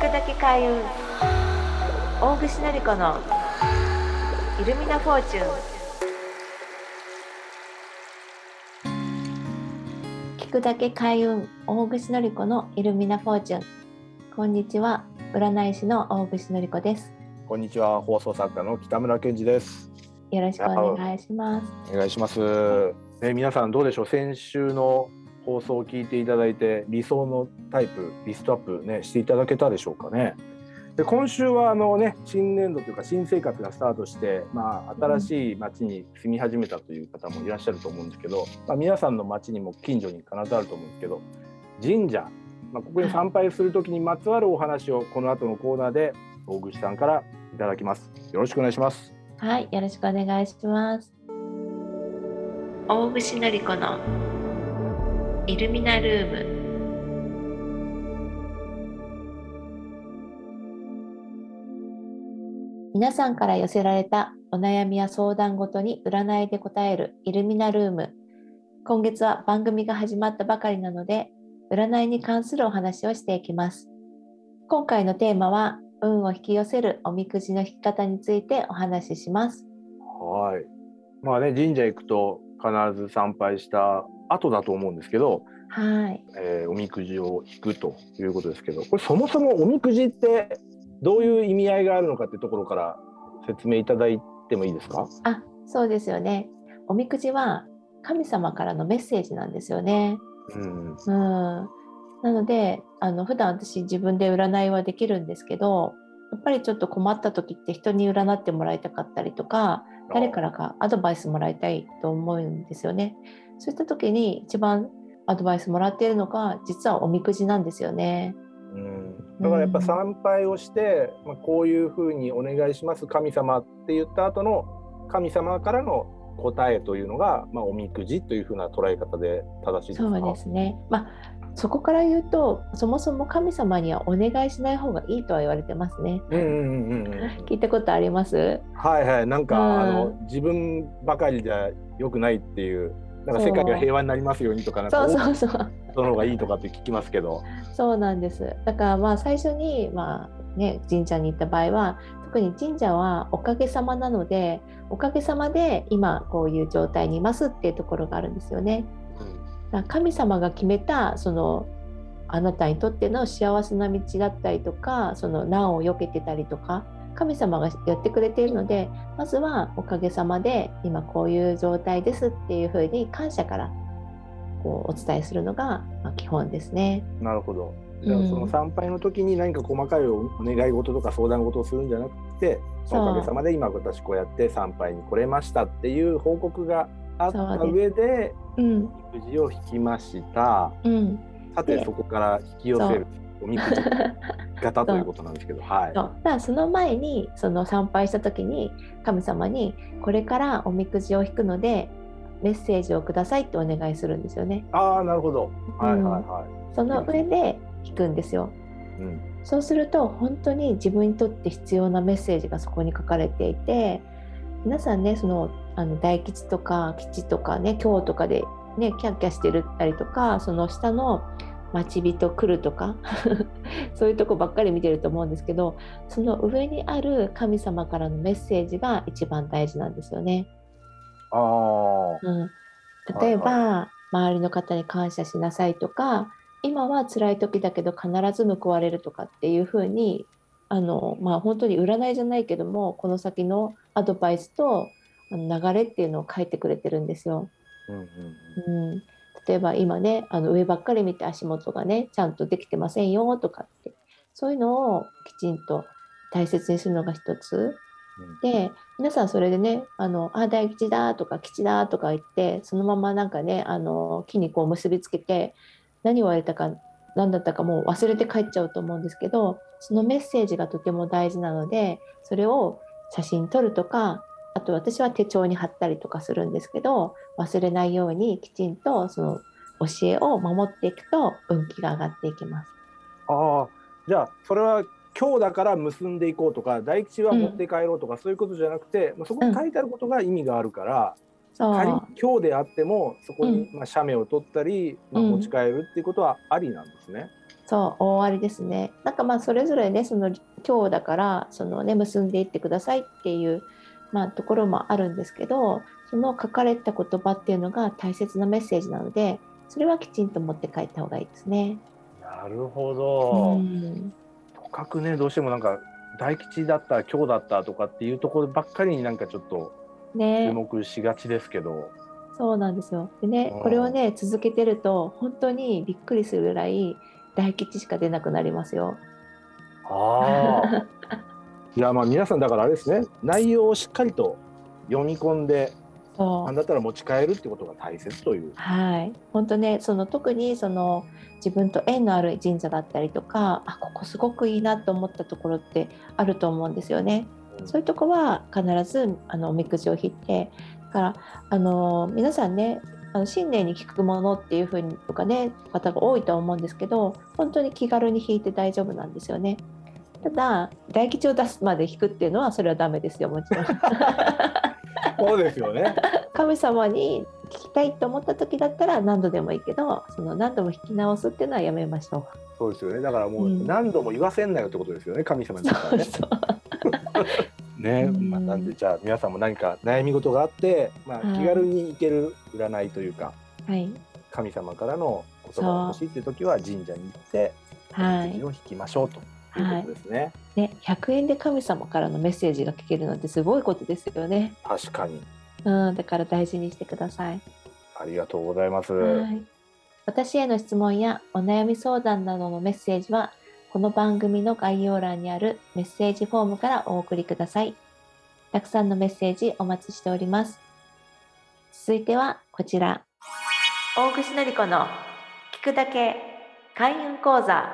くだけ開運大串のり子のイルミナフォーチュン。聞くだけ開運大串のり子のイルミナフォーチュン。こんにちは、占い師の大串のり子です。 こんにちは、放送作家の北村健二です。 よろしくお願いします。 お願いします。皆さんどうでしょう。先週の放送を聞いていただいて理想のタイプリストアップねしていただけたでしょうかね。で今週は新年度というか新生活がスタートして、新しい町に住み始めたという方もいらっしゃると思うんですけど、皆さんの町にも近所に必ずあると思うんですけど、神社、ここに参拝するときにまつわるお話をこの後のコーナーで大串さんからいただきます。よろしくお願いします。 はい、よろしくお願いします。大串のり子のイルミナルーム。皆さんから寄せられたお悩みや相談ごとに占いで答えるイルミナルーム。今月は番組が始まったばかりなので、占いに関するお話をしていきます。今回のテーマは運を引き寄せるおみくじの引き方についてお話しします。 はい。神社行くと必ず参拝した後だと思うんですけど、 はい。 おみくじを引くということですけど、これそもそもおみくじってどういう意味合いがあるのかっていうところから説明いただいてもいいですか？ そうですよね。おみくじは神様からのメッセージなんですよね。なので普段私自分で占いはできるんですけど、やっぱりちょっと困った時って人に占ってもらいたかったりとか、誰からかアドバイスもらいたいと思うんですよね。そういった時に一番アドバイスもらっているのが実はおみくじなんですよね。 だからやっぱ参拝をして、こういうふうにお願いします神様って言った後の神様からの答えというのが、おみくじというふうな捉え方で正しいですか？ そうですね。そこから言うと、そもそも神様にはお願いしない方がいいとは言われてますね。聞いたことあります？ はいはい。自分ばかりじゃ良くないっていう、世界が平和になりますようにとか、その方がいいとかって聞きますけど。 そうなんです。だから最初に神社に行った場合は、特に神社はおかげさまなので、おかげさまで今こういう状態にいますっていうところがあるんですよね。だから神様が決めたあなたにとっての幸せな道だったりとか、難を避けてたりとか、神様がやってくれているので、まずはおかげさまで今こういう状態ですっていうふうに感謝からお伝えするのが基本ですね。 なるほど。じゃあその参拝の時に何か細かいお願い事とか相談事をするんじゃなくて、おかげさまで今私こうやって参拝に来れましたっていう報告があった上でおみくじを引きました。さてそこから引き寄せるおみくじ型ということなんですけど、 その前に参拝した時に神様にこれからおみくじを引くのでメッセージをくださいってお願いするんですよね。 なるほど。 その上で引くんですよ。そうすると本当に自分にとって必要なメッセージがそこに書かれていて、皆さんね、大吉とか吉とかね、今日とかでねキャッキャしてるったりとか、その下の待ち人来るとかそういうとこばっかり見てると思うんですけど、その上にある神様からのメッセージが一番大事なんですよね。例えば、周りの方に感謝しなさいとか、今は辛い時だけど必ず報われるとかっていう風に本当に占いじゃないけども、この先のアドバイスと流れっていうのを書いてくれてるんですよ。例えば今ね、上ばっかり見て足元がねちゃんとできてませんよとかって、そういうのをきちんと大切にするのが一つで、皆さんそれでね大吉だとか吉だとか言ってそのまま木に結びつけて何言われたか何だったかもう忘れて帰っちゃうと思うんですけど、そのメッセージがとても大事なので、それを写真撮るとか、あと私は手帳に貼ったりとかするんですけど、忘れないようにきちんとその教えを守っていくと運気が上がっていきます。 じゃあそれは今日だから結んでいこうとか、大吉は持って帰ろうとか、そういうことじゃなくて、そこに書いてあることが意味があるから、仮に今日であってもそこに写メを取ったり、持ち帰るっていうことはありなんですね。 そう大ありですね。なんかまあそれぞれねその今日だからそのね結んでいってくださいっていう、まあ、ところもあるんですけど、その書かれた言葉っていうのが大切なメッセージなので、それはきちんと持って帰った方がいいですね。 なるほうど。 んとかくね、どうしてもなんか大吉だった今日だったとかっていうところばっかりになんかちょっと注ね、 目しがちですけど、 そうなんですよ。でね、これをうん、 ね続けてると本当にびっくりするぐらい大吉しか出なくなりますよ。 ああ、いやまあ皆さんだからあれですね、内容をしっかりと読み込んで、なんだっそうたら持ち帰るってことが大切という。 はい、本当ね、その特にその自分と縁のある神社だったりとか、あ、ここすごくいいなと思ったところってあると思うんですよね。そういうとこは必ずおみくじを引いて、だから皆さんね、新年に聞くものっていう風にとかね方が多いとは思うんですけど、本当に気軽に引いて大丈夫なんですよね。ただ大吉を出すまで引くっていうのはそれはダメですよ、もちろん。 そうですよね。 神様に聞きたいと思った時だったら何度でもいいけど、その何度も弾き直すっていうのはやめましょそうですよね。だからもう。 う何度も言わせんなよってことですよね、神様にそう言ったらね。 そうね、まあ、なんでじゃあ皆さんも何か悩み事があって、まあ、気軽に行ける占いというか、 はい、 神様からの言葉が欲しいっていう時は神社に行っておみくじを引きましょうということですね。 ね、100円で神様からのメッセージが聞けるのってすごいことですよね。 確かに。 だから大事にしてください。 ありがとうございます。 はい。私への質問やお悩み相談などのメッセージは、この番組の概要欄にあるメッセージフォームからお送りください。たくさんのメッセージお待ちしております。続いてはこちら。大串のり子の聞くだけ開運講座。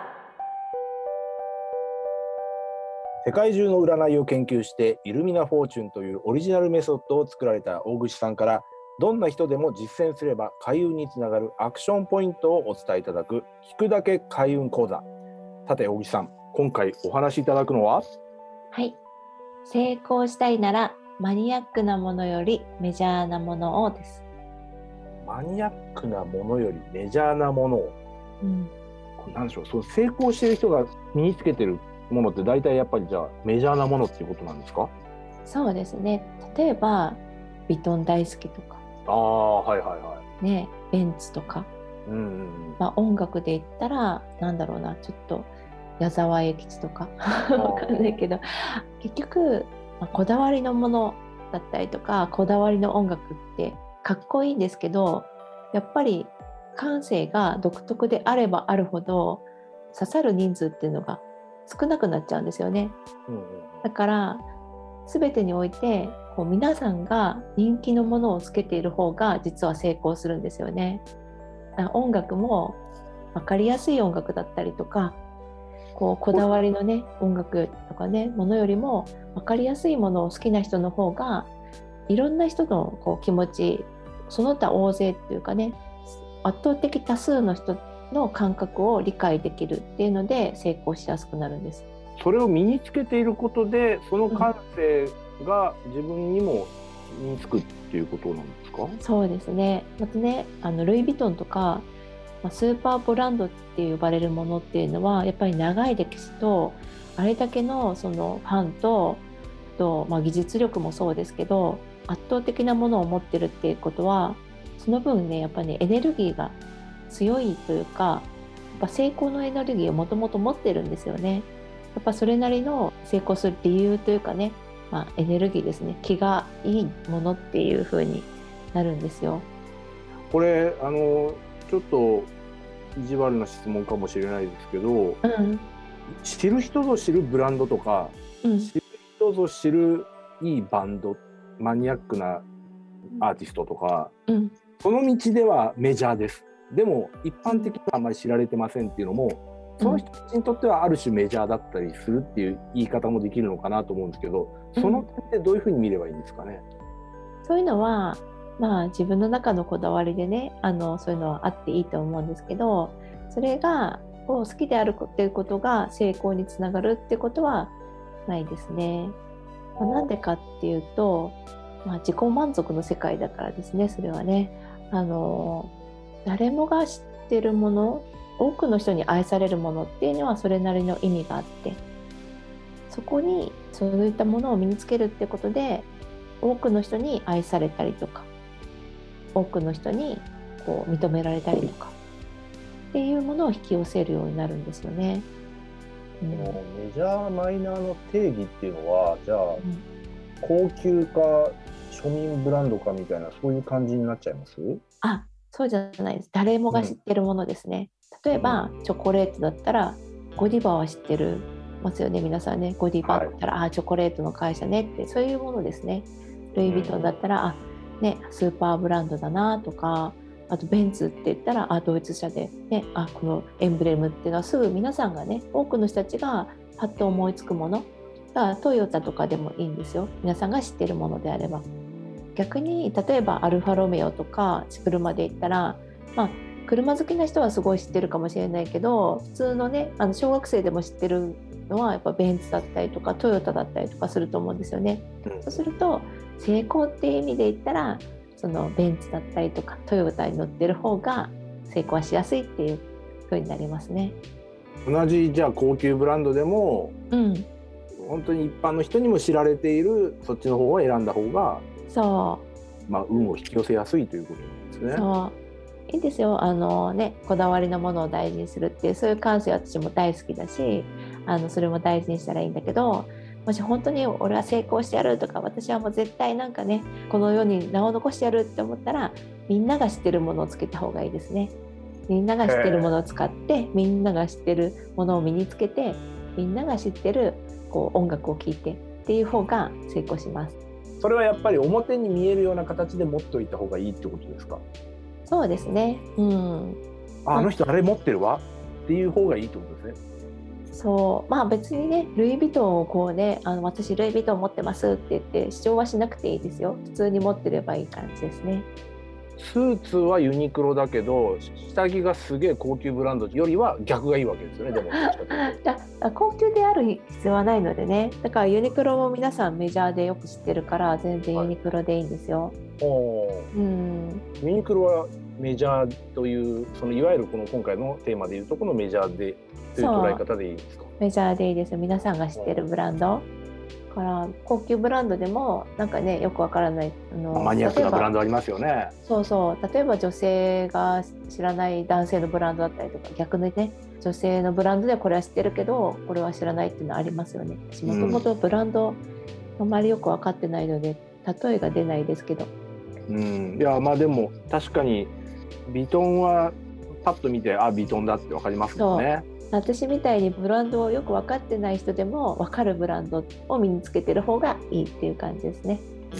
世界中の占いを研究してイルミナフォーチュンというオリジナルメソッドを作られた大串さんから、どんな人でも実践すれば開運につながるアクションポイントをお伝えいただく聞くだけ開運講座。さて大串さん、今回お話しいただくのは？ はい。成功したいならマニアックなものよりメジャーなものをです。 マニアックなものよりメジャーなものを。なんでしょう、その成功している人が身につけてるものって大体やっぱりじゃあメジャーなものっていうことなんですか？ そうですね。例えばヴィトン大好きとか、 はいはいはね、ベンツとか、 い。 音楽で言ったらなんだろうな、ちょっと矢沢永吉とかわかんないけど、結局、こだわりのものだったりとかこだわりの音楽ってかっこいいんですけど、やっぱり感性が独特であればあるほど刺さる人数っていうのが少なくなっちゃうんですよね。だから全てにおいてこう皆さんが人気のものをつけている方が実は成功するんですよね。音楽も分かりやすい音楽だったりとか、こだわりのね音楽とかねものよりも分かりやすいものを好きな人の方がいろんな人の気持ち、その他大勢っていうかね、圧倒的多数の人の感覚を理解できるっていうので成功しやすくなるんです。 それを身につけていることでその感性が自分にも身につくっていうことなんですか？ そうですね。またね、ルイ・ヴィトンとかスーパーブランドって呼ばれるものっていうのはやっぱり長い歴史とあれだけのそのファンと技術力もそうですけど圧倒的なものを持ってるっていうことは、その分ねやっぱりねエネルギーが強いというか、やっぱ成功のエネルギーをもともと持ってるんですよね。やっぱそれなりの成功する理由というかね、エネルギーですね、気がいいものっていう風になるんですよ。 これちょっと意地悪な質問かもしれないですけど、知る人ぞ知るブランドとか、知る人ぞ知るいいバンド、マニアックなアーティストとか、その道ではメジャーです。でも一般的にはあんまり知られてませんっていうのも、その人たちにとってはある種メジャーだったりするっていう言い方もできるのかなと思うんですけど、その点ってどういうふうに見ればいいんですかね？ そういうのは自分の中のこだわりでね、そういうのはあっていいと思うんですけど、それが好きであるっていうことが成功につながるってことはないですね。なんでかっていうと、自己満足の世界だからですね。それはね、誰もが知ってるもの多くの人に愛されるものっていうのはそれなりの意味があって、そこにそういったものを身につけるってことで多くの人に愛されたりとか、多くの人にこう認められたりとかっていうものを引き寄せるようになるんですよね。 メジャーマイナーの定義っていうのはじゃあ、高級か庶民ブランドかみたいなそういう感じになっちゃいます？ そうじゃないです。誰もが知ってるものですね。例えば、チョコレートだったらゴディバは知ってるますよね、皆さんね。ゴディバだったら、チョコレートの会社ねって、そういうものですね。ルイ・ヴィトンだったら、スーパーブランドだなとか、あとベンツって言ったらドイツ車で、このエンブレムっていうのはすぐ皆さんがね、多くの人たちがパッと思いつくものがトヨタとかでもいいんですよ。皆さんが知ってるものであれば。逆に例えばアルファロメオとか車で言ったら、車好きな人はすごい知ってるかもしれないけど、普通のね小学生でも知ってるのはやっぱベンツだったりとかトヨタだったりとかすると思うんですよね。そうすると成功っていう意味で言ったら、そのベンツだったりとかトヨタに乗ってる方が成功はしやすいっていう風になりますね。 同じじゃあ高級ブランドでも、本当に一般の人にも知られているそっちの方を選んだ方が、運を引き寄せやすいということなんですね。 そういいですよ。こだわりのものを大事にするっていう、そういう感性は私も大好きだし、それも大事にしたらいいんだけど、もし本当に俺は成功してやるとか、私はもう絶対なんかねこの世に名を残してやるって思ったら、みんなが知ってるものをつけた方がいいですね。みんなが知ってるものを使って、みんなが知ってるものを身につけて、みんなが知ってる音楽を聴いてっていう方が成功します。 それはやっぱり表に見えるような形で持っておいた方がいいってことですか？ そうですね。 あの人あれ持ってるわっていう方がいいってことですね。 そう別にね、ルイ・ヴィトンを私ルイ・ヴィトン持ってますって言って主張はしなくていいですよ。普通に持ってればいい感じですね。 スーツはユニクロだけど下着がすげえ高級ブランドよりは逆がいいわけですよね。でも高級である必要はないのでね。だからユニクロも皆さんメジャーでよく知ってるから全然ユニクロでいいんですよ。 ユニクロはメジャーというそのいわゆるこの今回のテーマでいうとこのメジャーでという捉え方でいいですか？ メジャーでいいですよ。皆さんが知ってるブランドから高級ブランドでもなんかねよくわからないマニアックなブランドありますよね。 例えば女性が知らない男性のブランドだったりとか、逆にね女性のブランドでこれは知ってるけどこれは知らないっていうのはありますよね。もともとブランドあまりよく分かってないので例えが出ないですけど、 いやでも確かにヴィトンはパッと見てヴィトンだって分かりますもんね。 私みたいにブランドをよく分かってない人でも分かるブランドを身につけてる方がいいっていう感じですね。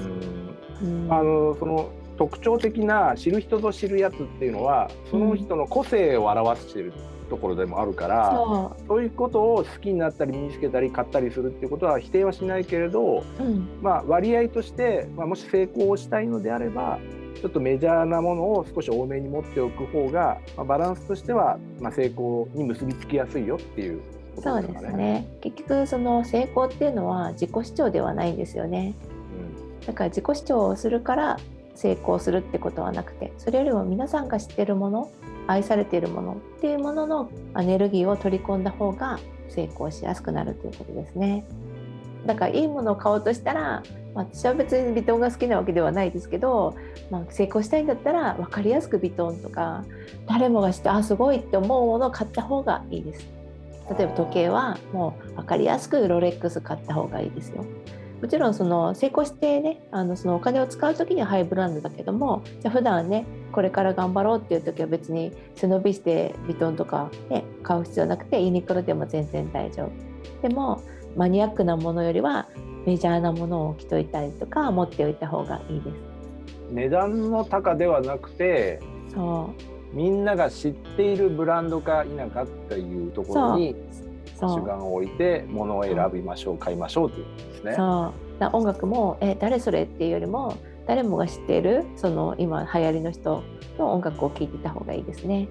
その特徴的な知る人ぞ知るやつっていうのはその人の個性を表しているところでもあるから、そういうことを好きになったり身につけたり買ったりするっていうことは否定はしないけれど、割合として、もし成功したいのであればちょっとメジャーなものを少し多めに持っておく方が、バランスとしては、成功に結びつきやすいよっていうことですかね。 そうですね。結局その成功っていうのは自己主張ではないんですよね。だから自己主張をするから成功するってことはなくて、それよりも皆さんが知ってるもの、愛されているものっていうもののエネルギーを取り込んだ方が成功しやすくなるということですね。だからいいものを買おうとしたら、私は別にヴィトンが好きなわけではないですけど、成功したいんだったら分かりやすくヴィトンとか誰もが知ってすごいって思うものを買った方がいいです。例えば時計はもう分かりやすくロレックス買った方がいいですよ。もちろんその成功してねそのお金を使う時にはハイブランドだけども、じゃあ普段ねこれから頑張ろうっていう時は別に背伸びしてヴィトンとか、買う必要なくてユニクロでも全然大丈夫。でもマニアックなものよりはメジャーなものを着といたりとか持っておいた方がいいです。 値段の高ではなくて、みんなが知っているブランドか否かっていうところに主眼を置いて物を選びましょう、買いましょうということですね。 音楽も誰それっていうよりも誰もが知っているその今流行りの人の音楽を聴いてた方がいいですね。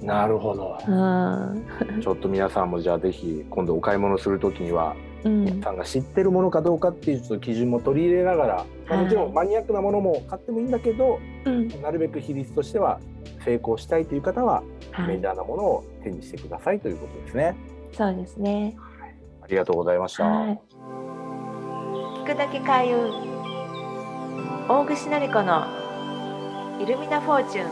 なるほど。ちょっと皆さんもじゃあぜひ今度お買い物するときには、皆さんが知ってるものかどうかっていうちょっと基準も取り入れながら、もちろんマニアックなものも買ってもいいんだけど、なるべく比率としては成功したいという方は、メジャーなものを手にしてくださいということですね。 そうですね。 ありがとうございました。 聞くだけ開運、大串のり子のイルミナフォーチュン。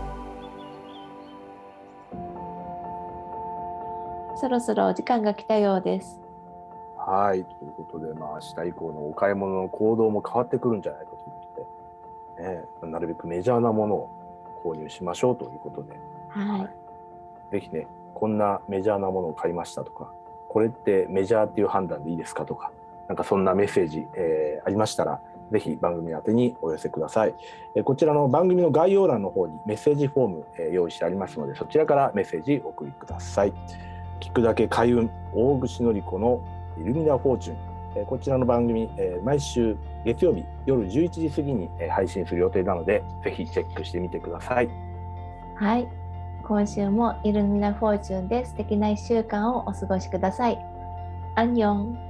そろそろお時間が来たようです。 はい、ということで、明日以降のお買い物の行動も変わってくるんじゃないかということで、なるべくメジャーなものを購入しましょうということで、ぜひね、こんなメジャーなものを買いましたとか、これってメジャーっていう判断でいいですかとか、なんかそんなメッセージ、ありましたら、ぜひ番組宛てにお寄せください。こちらの番組の概要欄の方にメッセージフォーム、用意してありますので、そちらからメッセージお送りください。聞くだけ開運、大串のり子のイルミナフォーチュン、こちらの番組、毎週月曜日夜11時過ぎに配信する予定なので、ぜひチェックしてみてください。 はい、今週もイルミナフォーチュンで素敵な1週間をお過ごしください。アンニョン。